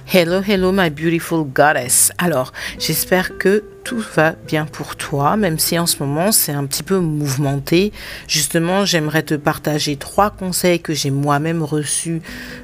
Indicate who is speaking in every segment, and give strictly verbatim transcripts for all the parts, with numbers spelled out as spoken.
Speaker 1: Hello, hello, my beautiful goddess. Alors, j'espère que tout va bien pour toi, même si en ce moment c'est un petit peu mouvementé. Justement, j'aimerais te partager trois conseils que j'ai moi-même reçus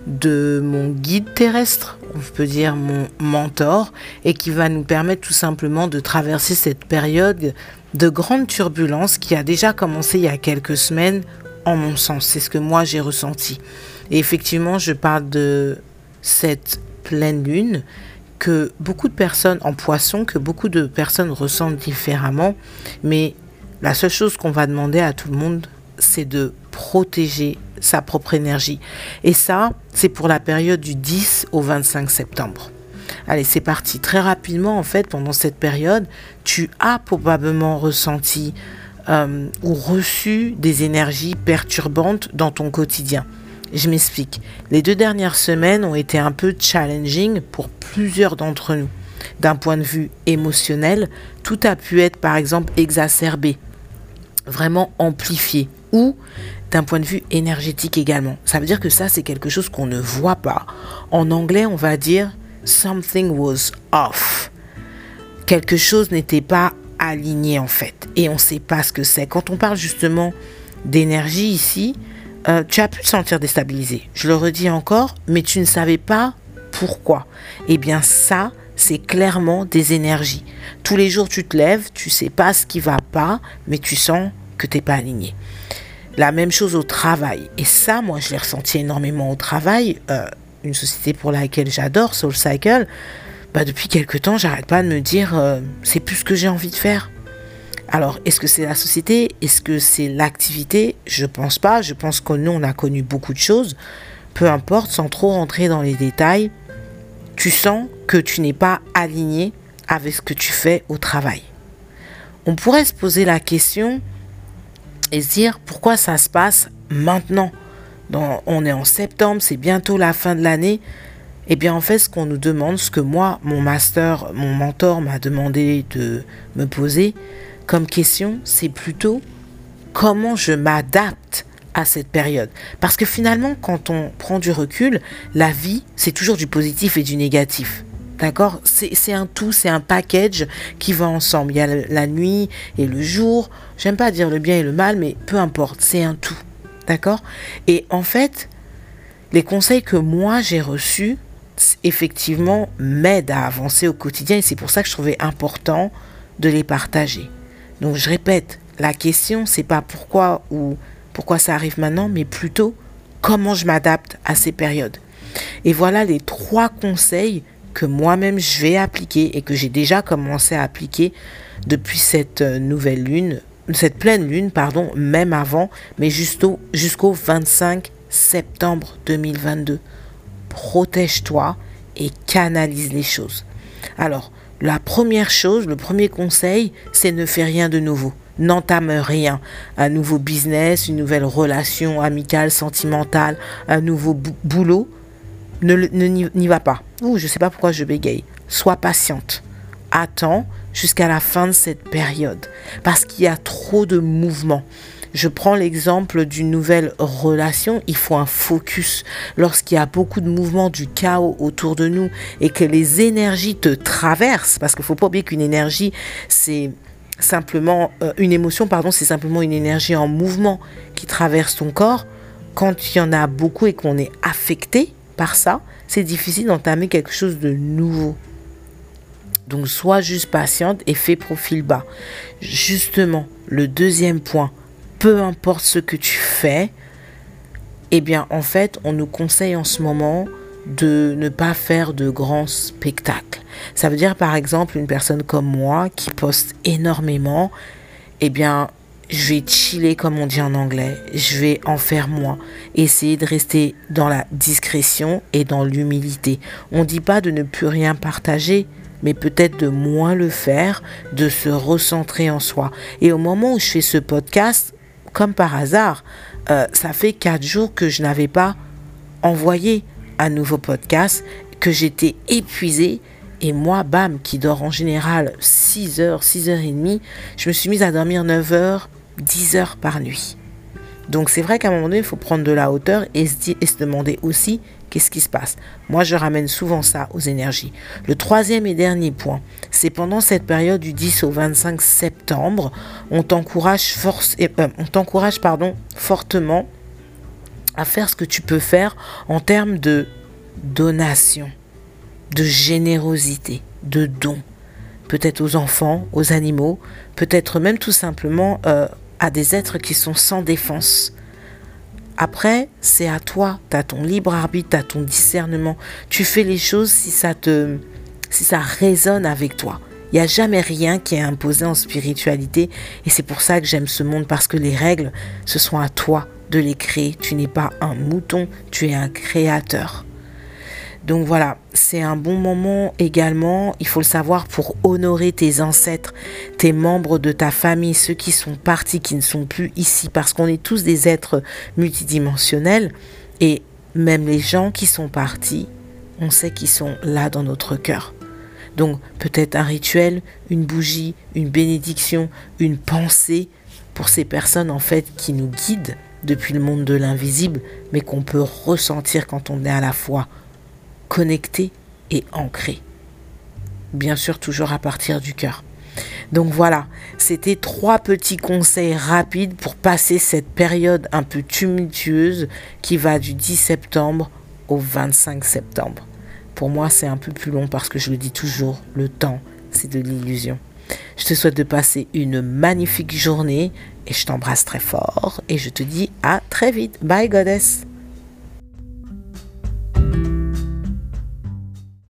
Speaker 1: de mon guide terrestre, on peut dire mon mentor, et qui va nous permettre tout simplement de traverser cette période de grande turbulence qui a déjà commencé il y a quelques semaines, en mon sens. C'est ce que moi j'ai ressenti. Et effectivement, je parle de cette pleine lune que beaucoup de personnes en poisson, que beaucoup de personnes ressentent différemment, mais la seule chose qu'on va demander à tout le monde, c'est de protéger sa propre énergie. Et ça, c'est pour la période du dix au vingt-cinq septembre. Allez, c'est parti. Très rapidement, en fait, pendant cette période, tu as probablement ressenti euh, ou reçu des énergies perturbantes dans ton quotidien. Je m'explique. Les deux dernières semaines ont été un peu challenging pour plusieurs d'entre nous. D'un point de vue émotionnel, tout a pu être par exemple exacerbé, vraiment amplifié, ou d'un point de vue énergétique également. Ça veut dire que ça, c'est quelque chose qu'on ne voit pas. En anglais, on va dire « something was off ». Quelque chose n'était pas aligné en fait. Et on ne sait pas ce que c'est. Quand on parle justement d'énergie ici, Euh, tu as pu te sentir déstabilisé. Je le redis encore, mais tu ne savais pas pourquoi. Eh bien ça, c'est clairement des énergies. Tous les jours, tu te lèves, tu sais pas ce qui va pas, mais tu sens que tu n'es pas aligné. La même chose au travail. Et ça, moi, je l'ai ressenti énormément au travail. Euh, une société pour laquelle j'adore, SoulCycle, bah, depuis quelque temps, j'arrête pas de me dire euh, c'est plus ce que j'ai envie de faire. Alors, est-ce que c'est la société? Est-ce que c'est l'activité? Je pense pas. Je pense que nous, on a connu beaucoup de choses. Peu importe, sans trop rentrer dans les détails, tu sens que tu n'es pas aligné avec ce que tu fais au travail. On pourrait se poser la question et se dire pourquoi ça se passe maintenant. Dans, on est en septembre, c'est bientôt la fin de l'année. Eh bien, en fait, ce qu'on nous demande, ce que moi, mon master, mon mentor m'a demandé de me poser comme question, c'est plutôt comment je m'adapte à cette période. Parce que finalement, quand on prend du recul, la vie, c'est toujours du positif et du négatif. D'accord? C'est, c'est un tout, c'est un package qui va ensemble. Il y a la nuit et le jour. J'aime pas dire le bien et le mal, mais peu importe, c'est un tout. D'accord? Et en fait, les conseils que moi j'ai reçus, effectivement, m'aident à avancer au quotidien et c'est pour ça que je trouvais important de les partager. Donc je répète, la question c'est pas pourquoi ou pourquoi ça arrive maintenant, mais plutôt comment je m'adapte à ces périodes. Et voilà les trois conseils que moi-même je vais appliquer et que j'ai déjà commencé à appliquer depuis cette nouvelle lune, cette pleine lune, pardon, même avant, mais jusqu'au, jusqu'au vingt-cinq septembre deux mille vingt-deux. Protège-toi et canalise les choses. Alors, la première chose, le premier conseil, c'est ne fais rien de nouveau. N'entame rien. Un nouveau business, une nouvelle relation amicale, sentimentale, un nouveau bou- boulot. Ne, ne, n'y va pas. Ouh, je ne sais pas pourquoi je bégaye. Sois patiente. Attends jusqu'à la fin de cette période. Parce qu'il y a trop de mouvements. Je prends l'exemple d'une nouvelle relation, il faut un focus. Lorsqu'il y a beaucoup de mouvements, du chaos autour de nous et que les énergies te traversent, parce qu'il ne faut pas oublier qu'une énergie, c'est simplement, euh, une émotion, pardon, c'est simplement une énergie en mouvement qui traverse ton corps. Quand il y en a beaucoup et qu'on est affecté par ça, c'est difficile d'entamer quelque chose de nouveau. Donc, sois juste patiente et fais profil bas. Justement, le deuxième point, peu importe ce que tu fais, eh bien, en fait, on nous conseille en ce moment de ne pas faire de grands spectacles. Ça veut dire, par exemple, une personne comme moi qui poste énormément, eh bien, je vais chiller, comme on dit en anglais. Je vais en faire moins. Essayer de rester dans la discrétion et dans l'humilité. On ne dit pas de ne plus rien partager, mais peut-être de moins le faire, de se recentrer en soi. Et au moment où je fais ce podcast, comme par hasard, euh, ça fait quatre jours que je n'avais pas envoyé un nouveau podcast, que j'étais épuisée. Et moi, bam, qui dort en général six heures, six heures trente, je me suis mise à dormir neuf heures, dix heures par nuit. Donc c'est vrai qu'à un moment donné, il faut prendre de la hauteur et se, dire, et se demander aussi qu'est-ce qui se passe. Moi, je ramène souvent ça aux énergies. Le troisième et dernier point, c'est pendant cette période du dix au vingt-cinq septembre, on t'encourage force, euh, on t'encourage pardon, fortement à faire ce que tu peux faire en termes de donation, de générosité, de dons. Peut-être aux enfants, aux animaux, peut-être même tout simplement euh, à des êtres qui sont sans défense. Après, c'est à toi, tu as ton libre arbitre, tu as ton discernement. Tu fais les choses si ça te, si ça résonne avec toi. Il n'y a jamais rien qui est imposé en spiritualité et c'est pour ça que j'aime ce monde parce que les règles, ce sont à toi de les créer. Tu n'es pas un mouton, tu es un créateur. Donc voilà, c'est un bon moment également, il faut le savoir, pour honorer tes ancêtres, tes membres de ta famille, ceux qui sont partis, qui ne sont plus ici, parce qu'on est tous des êtres multidimensionnels et même les gens qui sont partis, on sait qu'ils sont là dans notre cœur. Donc peut-être un rituel, une bougie, une bénédiction, une pensée pour ces personnes en fait qui nous guident depuis le monde de l'invisible, mais qu'on peut ressentir quand on est à la fois connecté et ancré. Bien sûr, toujours à partir du cœur. Donc voilà, c'était trois petits conseils rapides pour passer cette période un peu tumultueuse qui va du dix septembre au vingt-cinq septembre. Pour moi, c'est un peu plus long parce que je le dis toujours, le temps, c'est de l'illusion. Je te souhaite de passer une magnifique journée et je t'embrasse très fort et je te dis à très vite. Bye, Goddess!